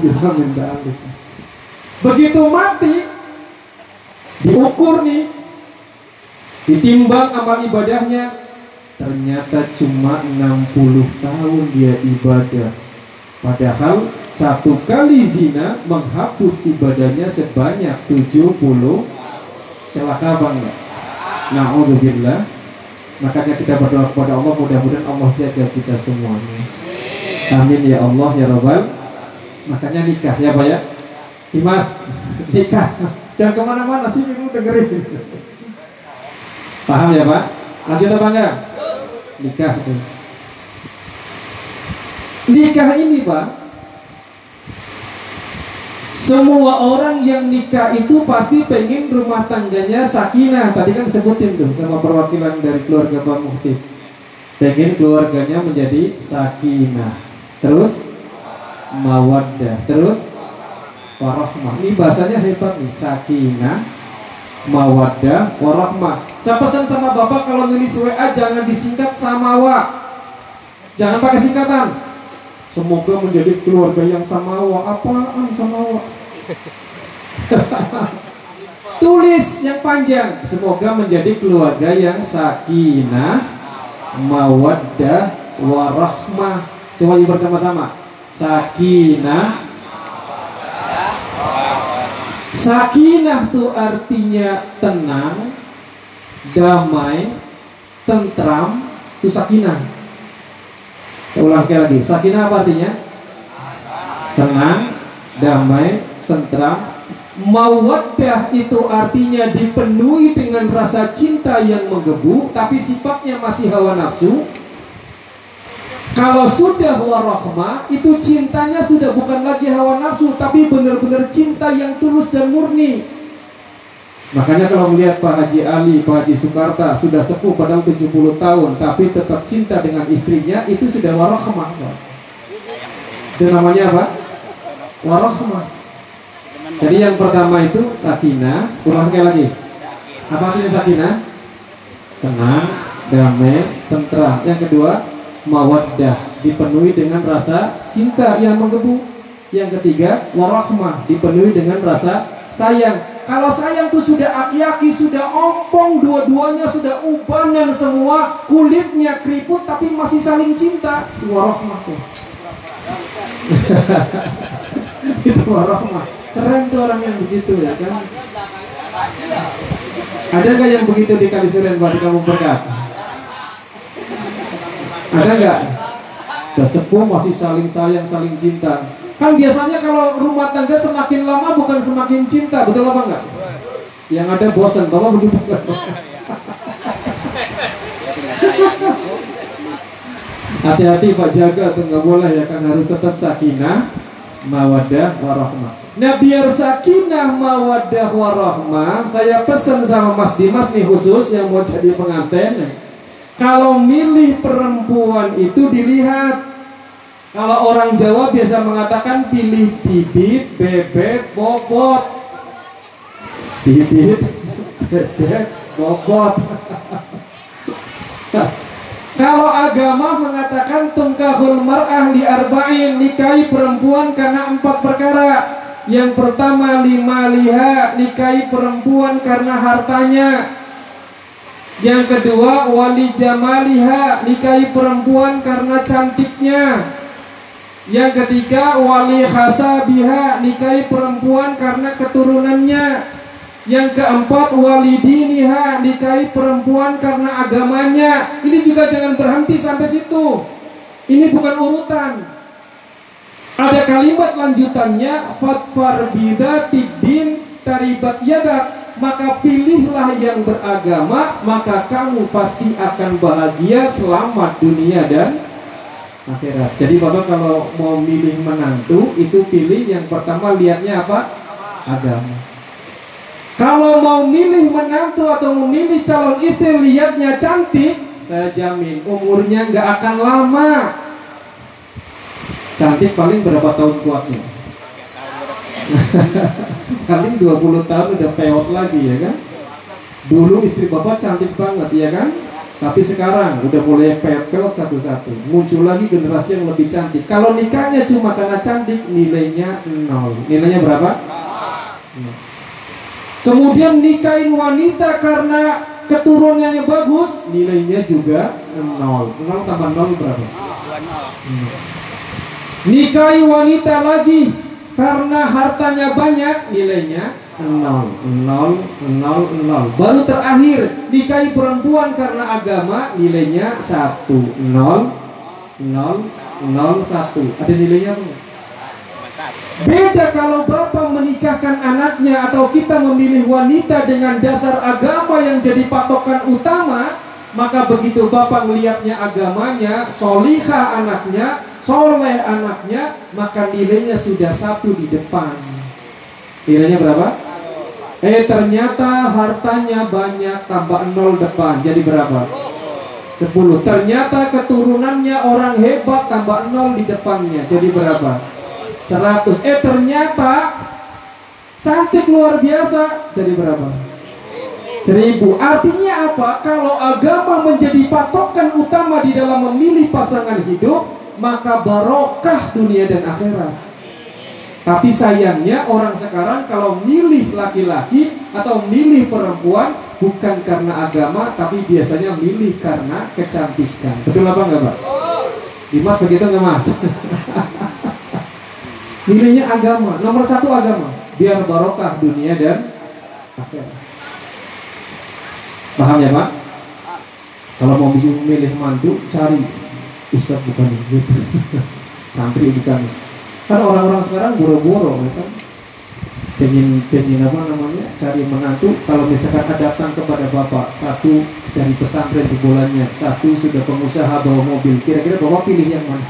Speaker 2: begitu mati, diukur nih, ditimbang amal ibadahnya, ternyata cuma enam puluh tahun dia ibadah. Padahal satu kali zina menghapus ibadahnya sebanyak tujuh puluh. Celaka bangga. Na'udzubillah. Makanya kita berdoa kepada Allah, mudah-mudahan Allah jaga kita semuanya. Amin ya Allah ya Rabbal. Makanya nikah ya Pak ya. Dimas, nikah. Jangan kemana-mana sih, dulu dengerin. Paham ya Pak? Lanjut apa enggak? Nikah itu. Nikah ini Pak, semua orang yang nikah itu pasti pengen rumah tangganya sakinah. Tadi kan sebutin tuh sama perwakilan dari keluarga Pak Mufti, pengen keluarganya menjadi sakinah, terus mawaddah, terus warahmah. Ini bahasanya hebat nih, sakinah, mawaddah, warahmah. Saya pesan sama bapak kalau nulis W A jangan disingkat samawa, jangan pakai singkatan. Semoga menjadi keluarga yang samawa. Apaan samawa? Tulis yang panjang. Semoga menjadi keluarga yang sakinah, mawaddah, warahmah. Coba yuk bersama-sama. Sakinah. Sakinah itu artinya tenang, damai, tentram. Itu sakinah. Saya ulang sekali lagi, sakinah apa artinya? Tenang, damai, tentram. Mawaddah itu artinya dipenuhi dengan rasa cinta yang menggebu, tapi sifatnya masih hawa nafsu. Kalau sudah warahmah, itu cintanya sudah bukan lagi hawa nafsu, tapi benar-benar cinta yang tulus dan murni. Makanya kalau melihat Pak Haji Ali, Pak Haji Soekarta sudah sepuh padahal tujuh puluh tahun, tapi tetap cinta dengan istrinya, itu sudah warahmah. Itu namanya apa? Warahmah. Jadi yang pertama itu sakinah. Ulang sekali lagi. Apa artinya sakinah? Tenang, damai, tentram. Yang kedua, mawaddah, dipenuhi dengan rasa cinta yang menggebu. Yang ketiga, warahmah, dipenuhi dengan rasa sayang. Kalau sayang itu sudah aki-aki, sudah ompong, dua-duanya sudah ubanan semua, kulitnya keriput tapi masih saling cinta, itu warahmah tuh. Itu warahmah. Keren tuh orang yang begitu ya kan. Ada nggak yang begitu di Kaliserian buat kamu berkat? Ada nggak? Udah sepuh masih saling sayang, saling cinta. Kan biasanya kalau rumah tangga semakin lama bukan semakin cinta, betul apa enggak? Yang ada bosan, bapak begitu kan? Hati-hati Pak, jaga tuh, nggak boleh ya kan, harus tetap sakinah, mawaddah, warahmah. Nah biar sakinah, mawaddah, warahmah, saya pesan sama Mas Dimas nih khusus yang mau jadi pengantin. Kalau milih perempuan itu dilihat. Kalau orang Jawa biasa mengatakan pilih bibit, bebek, bobot. Bibit, bebek, bobot. Kalau agama mengatakan tungkahul mar'ah li arba'in, nikahi perempuan karena empat perkara. Yang pertama lima liha, nikahi perempuan karena hartanya. Yang kedua wali jamaliha, nikahi perempuan karena cantiknya. Yang ketiga wali khasabiha, nikahi perempuan karena keturunannya. Yang keempat wali diniha, nikahi perempuan karena agamanya. Ini juga jangan berhenti sampai situ. Ini bukan urutan. Ada kalimat lanjutannya, fatfar bidatid din taribat yadak, maka pilihlah yang beragama, maka kamu pasti akan bahagia, selamat dunia dan akhirat. Jadi Bapak kalau mau milih menantu itu pilih yang pertama lihatnya apa? Agama. Kalau mau milih menantu atau memilih calon istri lihatnya cantik, saya jamin umurnya nggak akan lama. Cantik paling berapa tahun kuatnya? Paling dua puluh tahun udah peot lagi ya kan. Dulu istri Bapak cantik banget ya kan, tapi sekarang udah mulai peot-peot satu-satu. Muncul lagi generasi yang lebih cantik. Kalau nikahnya cuma karena cantik, nilainya nol. Nilainya berapa? Nol. Kemudian nikahin wanita karena keturunannya bagus, nilainya juga nol. Nol tambah nol berapa? Nol. Nikahi wanita lagi karena hartanya banyak, nilainya nol, nol, nol, nol. Baru terakhir nikahi perempuan karena agama, nilainya satu, nol, nol, nol, satu. Ada nilainya apa? Beda kalau bapak menikahkan anaknya atau kita memilih wanita dengan dasar agama yang jadi patokan utama, maka begitu bapak melihatnya agamanya, solihah anaknya, soleh anaknya, maka nilainya sudah satu di depan. Nilainya berapa? Eh ternyata hartanya banyak, tambah nol depan, jadi berapa? Sepuluh. Ternyata keturunannya orang hebat, tambah nol di depannya, jadi berapa? Seratus. Eh ternyata cantik luar biasa, jadi berapa? Seribu. Artinya apa? Kalau agama menjadi patokan utama di dalam memilih pasangan hidup, maka barokah dunia dan akhirat. Tapi sayangnya orang sekarang kalau milih laki-laki atau milih perempuan bukan karena agama, tapi biasanya milih karena kecantikan. Betul apa enggak Pak? Dimas begitu enggak Mas? Milihnya agama, nomor satu agama, biar barokah dunia dan akhirat. Paham ya Pak? Kalau mau milih mantu, cari ustadz bukan gitu, santri bukan. Kan orang-orang sekarang boro-boro, ya kan? Pengen, pengen apa namanya? Cari menantu. Kalau misalkan ada datang kepada bapak satu
Speaker 1: dari pesantren di bulannya, satu sudah pengusaha bawa mobil. Kira-kira bapak pilih yang mana?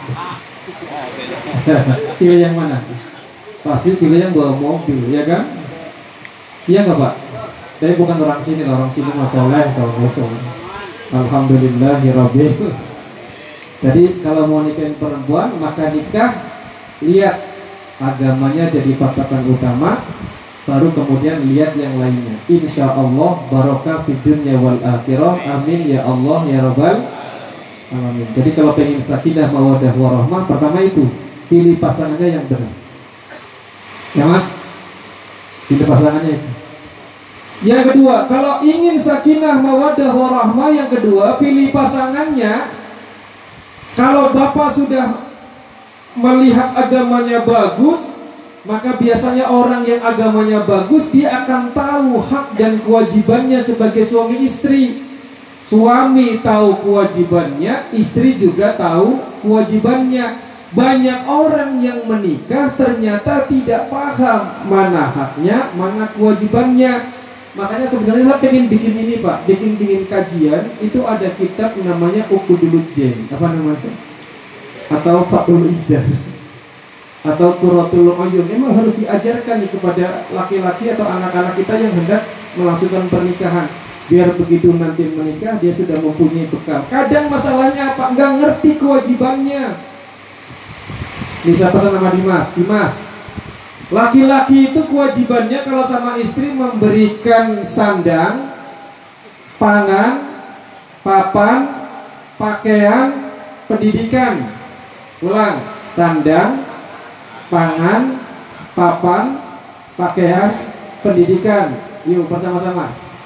Speaker 1: Pilih yang mana? Pasti pilih yang bawa mobil, ya kan? Iya nggak Pak? Tapi bukan orang sini, orang sini masalah soal-soal. Alhamdulillahirabbil. Jadi kalau mau nikahin perempuan, maka nikah lihat agamanya jadi patokan utama, baru kemudian lihat yang lainnya. Insya Allah barokah fid dunya wal akhirah. Amin ya Allah ya Rabbal alamin. Jadi kalau pengen sakinah mawaddah warahmah, pertama itu pilih pasangannya yang benar. Ya Mas, pilih pasangannya itu. Yang kedua, kalau ingin sakinah mawaddah warahmah, yang kedua pilih pasangannya. Kalau bapak sudah melihat agamanya bagus, maka biasanya orang yang agamanya bagus, dia akan tahu hak dan kewajibannya sebagai suami istri. Suami tahu kewajibannya, istri juga tahu kewajibannya. Banyak orang yang menikah ternyata tidak paham mana haknya, mana kewajibannya. Makanya sebenarnya saya pengen bikin ini Pak, bikin-bikin kajian. Itu ada kitab namanya Uqudul Jen, apa namanya? Atau Fathul Izzah, atau Qurratul Uyun. Memang harus diajarkan nih kepada laki-laki atau anak-anak kita yang hendak melangsungkan pernikahan, biar begitu nanti menikah dia sudah mempunyai bekal. Kadang masalahnya apa? Enggak ngerti kewajibannya. Bisa pesan sama Dimas, Dimas, laki-laki itu kewajibannya kalau sama istri memberikan sandang, pangan, papan, pakaian, pendidikan. Ulang, sandang, pangan, papan, pakaian, pendidikan. Yuk bersama-sama.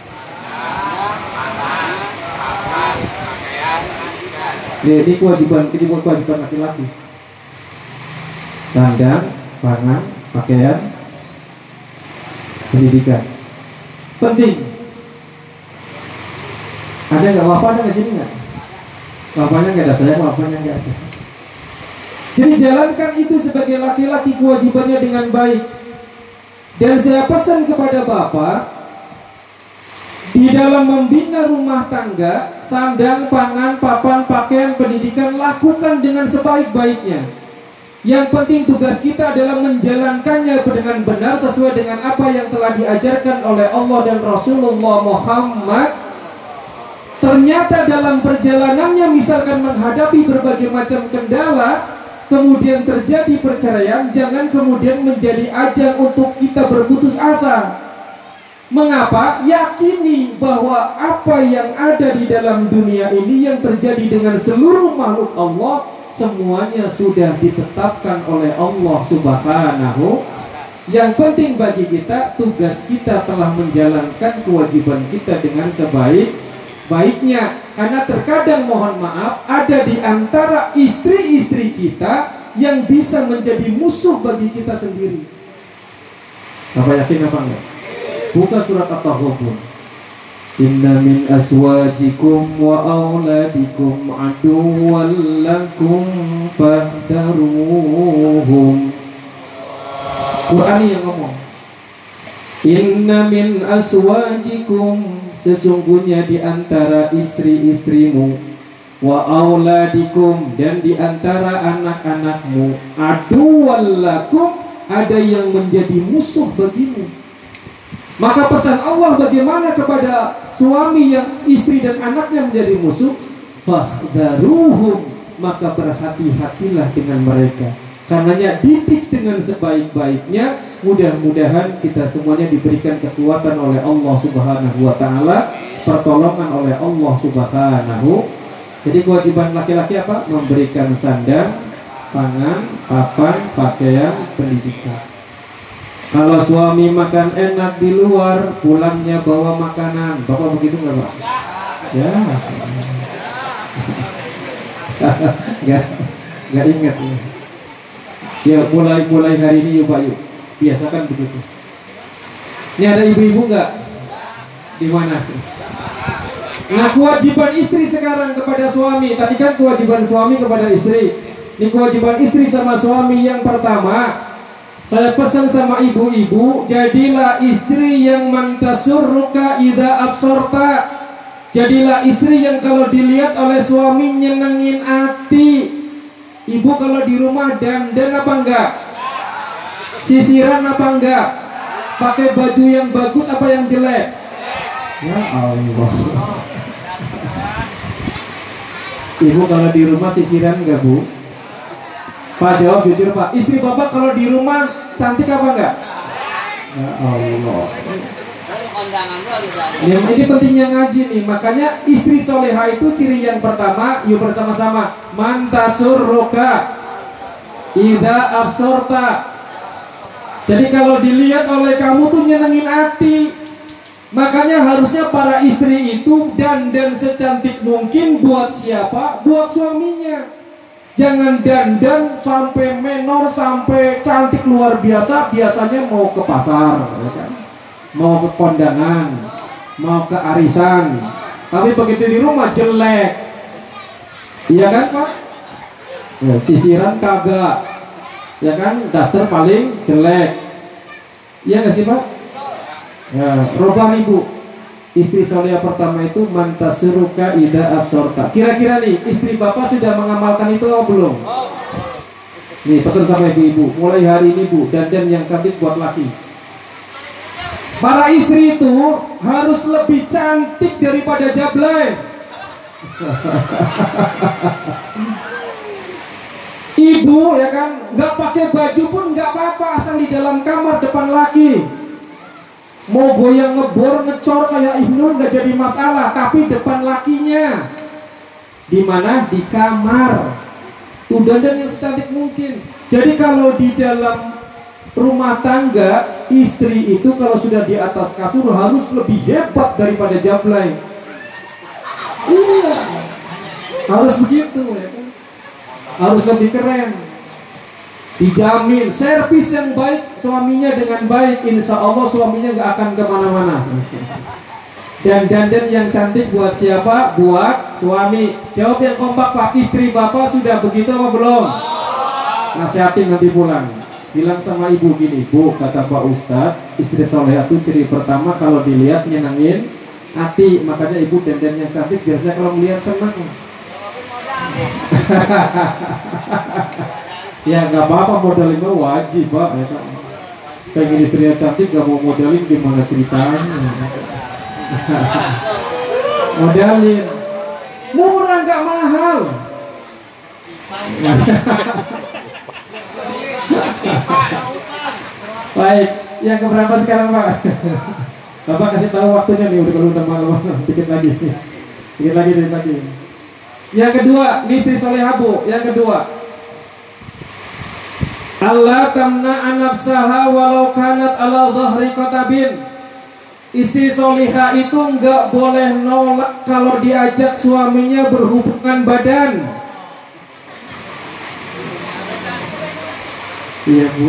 Speaker 1: Ya, ini kewajiban, ini kewajiban laki-laki. Sandang, pangan, pakaian, pendidikan. Penting. Ada nggak wafat di sini nggak? Wafanya nggak ada, saya wafanya nggak ada. Jadi jalankan itu sebagai laki-laki kewajibannya dengan baik. Dan saya pesan kepada bapak, di dalam membina rumah tangga, sandang, pangan, papan, pakaian, pendidikan, lakukan dengan sebaik-baiknya. Yang penting tugas kita adalah menjalankannya dengan benar sesuai dengan apa yang telah diajarkan oleh Allah dan Rasulullah Muhammad. Ternyata dalam perjalanannya misalkan menghadapi berbagai macam kendala, kemudian terjadi perceraian, jangan kemudian menjadi ajang untuk kita berputus asa. Mengapa? Yakini bahwa apa yang ada di dalam dunia ini yang terjadi dengan seluruh makhluk Allah, semuanya sudah ditetapkan oleh Allah Subhanahu. Yang penting bagi kita, tugas kita telah menjalankan kewajiban kita dengan sebaik-baiknya. Karena terkadang mohon maaf, ada di antara istri-istri kita yang bisa menjadi musuh bagi kita sendiri. Bapak yakin apa enggak? Buka surat At-Taghabun. Inna min aswajikum wa auladikum aduwwan lakum fahdaruhum. Quran yang ngomong. Inna min aswajikum, sesungguhnya di antara istri-istrimu, wa auladikum, dan di antara anak-anakmu, aduwwan lakum, ada yang menjadi musuh bagimu. Maka pesan Allah bagaimana kepada suami yang istri dan anaknya menjadi musuh? Fahdharuhum, maka berhati-hatilah dengan mereka. Karenanya didik dengan sebaik-baiknya. Mudah-mudahan kita semuanya diberikan kekuatan oleh Allah Subhanahu wa taala, pertolongan oleh Allah Subhanahu. Jadi kewajiban laki-laki apa? Memberikan sandang, pangan, papan, pakaian, pendidikan. Kalau suami makan enak di luar, pulangnya bawa makanan. Bapak begitu nggak Pak? Ya, nggak nggak ingat ya. Ya mulai mulai hari ini yuk Pak yuk, biasakan begitu. Ini ada ibu-ibu nggak? Di mana? Nah kewajiban istri sekarang kepada suami. Tadi kan kewajiban suami kepada istri. Ini kewajiban istri sama suami. Yang pertama, saya pesan sama ibu-ibu, jadilah istri yang mantasurruka idza absorta.
Speaker 2: Jadilah istri yang kalau dilihat oleh suami nyenengin hati. Ibu kalau di rumah dandan apa enggak? Sisiran apa enggak? Pakai baju yang bagus apa yang jelek? Ya Allah. Ibu kalau di rumah sisiran enggak, Bu? Pak jawab jujur, Pak. Istri Bapak kalau di rumah cantik apa enggak? Ya Allah. Ini, ini pentingnya ngaji nih. Makanya istri soleha itu ciri yang pertama. Yuk bersama-sama. Mantasur roka ida absorta. Jadi kalau dilihat oleh kamu tuh nyenengin hati. Makanya harusnya para istri itu dandan secantik mungkin buat siapa? Buat suaminya. Jangan dandan sampai menor, sampai cantik luar biasa. Biasanya mau ke pasar, ya kan? Mau ke kondangan, mau ke arisan. Tapi begitu di rumah jelek. Iya kan, Pak? Ya, sisiran kagak. Ya kan, daster paling jelek. Iya nggak sih, Pak? Ya, robah Ibu. Istri soleh pertama itu mantasuruka ida absorta. Kira-kira nih, istri Bapak sudah mengamalkan itu atau belum? Nih, pesan sama ibu-ibu. Mulai hari ini, Bu, dandan yang cantik buat laki. Para istri itu harus lebih cantik daripada jablay. Ibu ya kan, nggak pakai baju pun nggak apa-apa asal di dalam kamar depan laki. Mau goyang ngebor ngecor kayak Ibnu nggak jadi masalah, tapi depan lakinya. Di mana? Di kamar. Tuh dandan yang secantik mungkin. Jadi kalau di dalam rumah tangga, istri itu kalau sudah di atas kasur harus lebih hebat daripada jablay. Iya, harus begitu ya kan. Harus lebih keren. Dijamin servis yang baik suaminya dengan baik, insya Allah suaminya nggak akan kemana-mana. Dan dandan yang cantik buat siapa? Buat suami. Jawab yang kompak, Pak. Istri Bapak sudah begitu apa belum? Nasihatin nanti pulang. Bilang sama ibu gini, Bu, kata Pak Ustadz, istri soleh itu ciri pertama kalau dilihat nyenengin hati. Makanya ibu dandan yang cantik biasanya kalau melihat senang. Ya nggak apa-apa, modalin mah wajib, Pak. Ya, kan? Pengen istrinya cantik gak mau modalin gimana ceritanya? Modalin, murah nggak mahal. Baik, yang keberapa sekarang, Pak? Bapak kasih tahu waktunya nih, udah kalau udah malam, dikit lagi, dikit lagi, dikit lagi. Yang kedua, istri soleha, Bu. Yang kedua, Allah tamna nafsaha walau kanat ala dhahri qatabin. Istri soleha itu enggak boleh nolak kalau diajak suaminya berhubungan badan. Iya, Bu.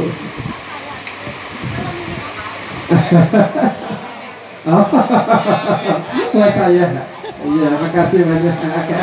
Speaker 2: Oh, buat saya. Iya, makasih banyak.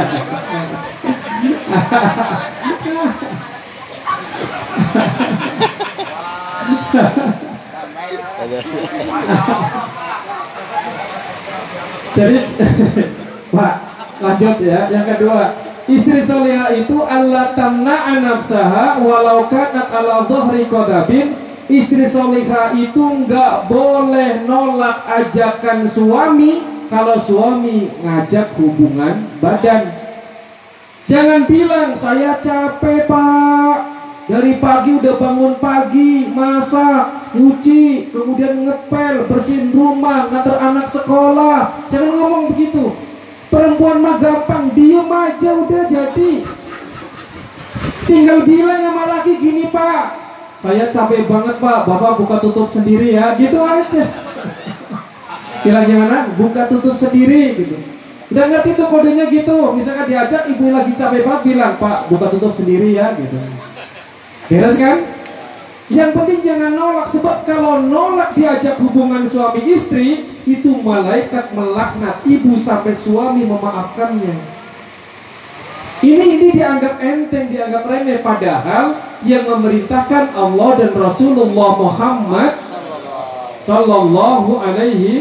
Speaker 2: Jadi, Pak, lanjut ya. Yang kedua, istri soleha itu Allah tamna nafsaha walau kanat ala dhahri qadabin. Istri soleha itu nggak boleh nolak ajakan suami kalau suami ngajak hubungan badan. Jangan bilang saya capek, Pak, dari pagi udah bangun pagi, masak, nyuci, kemudian ngepel, bersihin rumah, nganter anak sekolah. Jangan ngomong begitu. Perempuan mah gampang, diem aja udah jadi. Tinggal bilang sama laki gini, Pak, saya capek banget, Pak, Bapak buka tutup sendiri ya, gitu aja. Bilang gimana? Buka tutup sendiri gitu. Udah ngerti tuh kodenya gitu. Misalkan diajak ibu lagi capek banget, bilang, Pak, buka tutup sendiri ya gitu. Beres kan? Yang penting jangan nolak. Sebab kalau nolak diajak hubungan suami istri, itu malaikat melaknat ibu sampai suami memaafkannya. Ini ini dianggap enteng, dianggap remeh. Padahal yang memerintahkan Allah dan Rasulullah Muhammad Sallallahu alaihi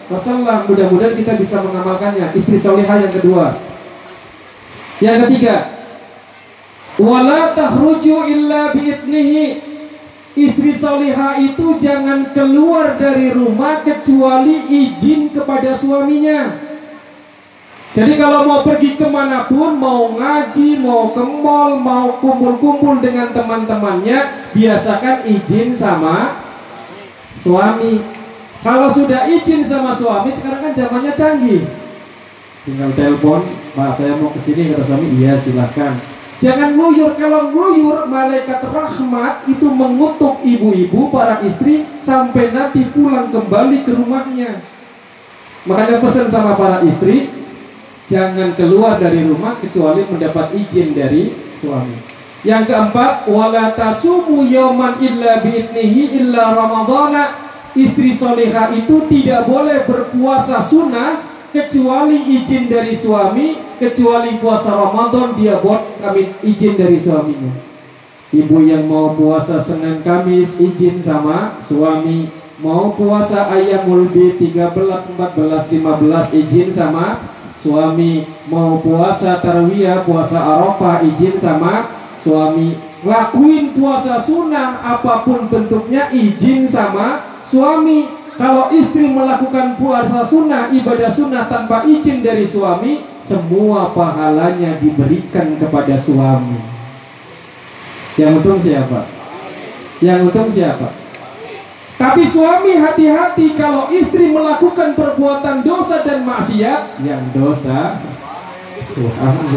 Speaker 2: wasallam. Mudah-mudahan kita bisa mengamalkannya. Istri solihah yang kedua. Yang ketiga, wala takhruju illa bi'idnihi. Istri solihah itu jangan keluar dari rumah kecuali izin kepada suaminya. Jadi kalau mau pergi kemanapun, mau ngaji, mau ke mall, mau kumpul-kumpul dengan teman-temannya, biasakan izin sama suami. Kalau sudah izin sama suami, sekarang kan zamannya canggih, tinggal telepon, Pak saya mau kesini, kata suami, iya silahkan. Jangan ngeluyur. Kalau ngeluyur, malaikat rahmat itu mengutuk ibu-ibu, para istri, sampai nanti pulang kembali ke rumahnya. Makanya pesan sama para istri, jangan keluar dari rumah kecuali mendapat izin dari suami. Yang keempat, wala tasumu yauman illa bi'idnihi illa ramadhana. Istri solihah itu tidak boleh berpuasa sunnah kecuali izin dari suami, kecuali puasa Ramadan dia buat kami izin dari suaminya. Ibu yang mau puasa Senin Kamis izin sama suami, mau puasa Ayyamul Bid tiga belas, empat belas, lima belas izin sama suami, mau puasa Tarwiyah, puasa Arafah izin sama suami. Lakuin puasa sunnah apapun bentuknya izin sama suami. Kalau istri melakukan puasa sunnah, ibadah sunnah tanpa izin dari suami, semua pahalanya diberikan kepada suami. Yang untung siapa? Yang untung siapa? Tapi suami hati-hati, kalau istri melakukan perbuatan dosa dan maksiat, yang dosa suami.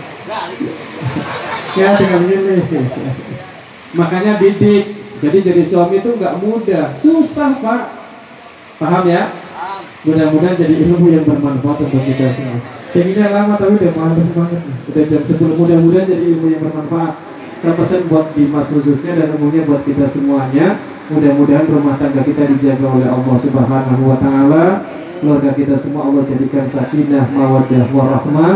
Speaker 2: Ya dengan ini. Makanya didik. Jadi jadi suami itu nggak mudah, susah Pak. Paham ya? Mudah-mudahan jadi ilmu yang bermanfaat untuk kita semua. Pengennya lama tapi udah malam banget. Udah jam sepuluh, mudah-mudahan jadi ilmu yang bermanfaat. Saya pesan buat Dimas khususnya dan umumnya buat kita semuanya. Mudah-mudahan rumah tangga kita dijaga oleh Allah Subhanahu wa taala. Keluarga kita semua Allah jadikan sakinah, mawaddah, warahmah.